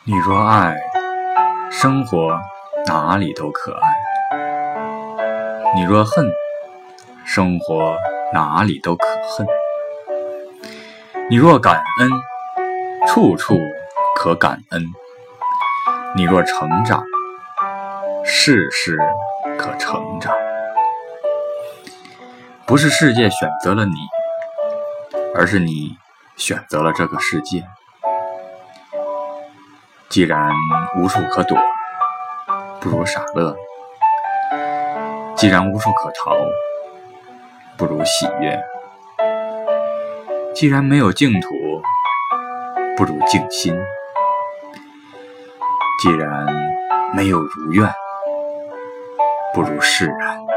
你若爱，生活哪里都可爱；你若恨，生活哪里都可恨。你若感恩，处处可感恩；你若成长，事事可成长。不是世界选择了你，而是你选择了这个世界。既然无处可躲，不如傻乐；既然无处可逃，不如喜悦；既然没有净土，不如静心；既然没有如愿，不如释然。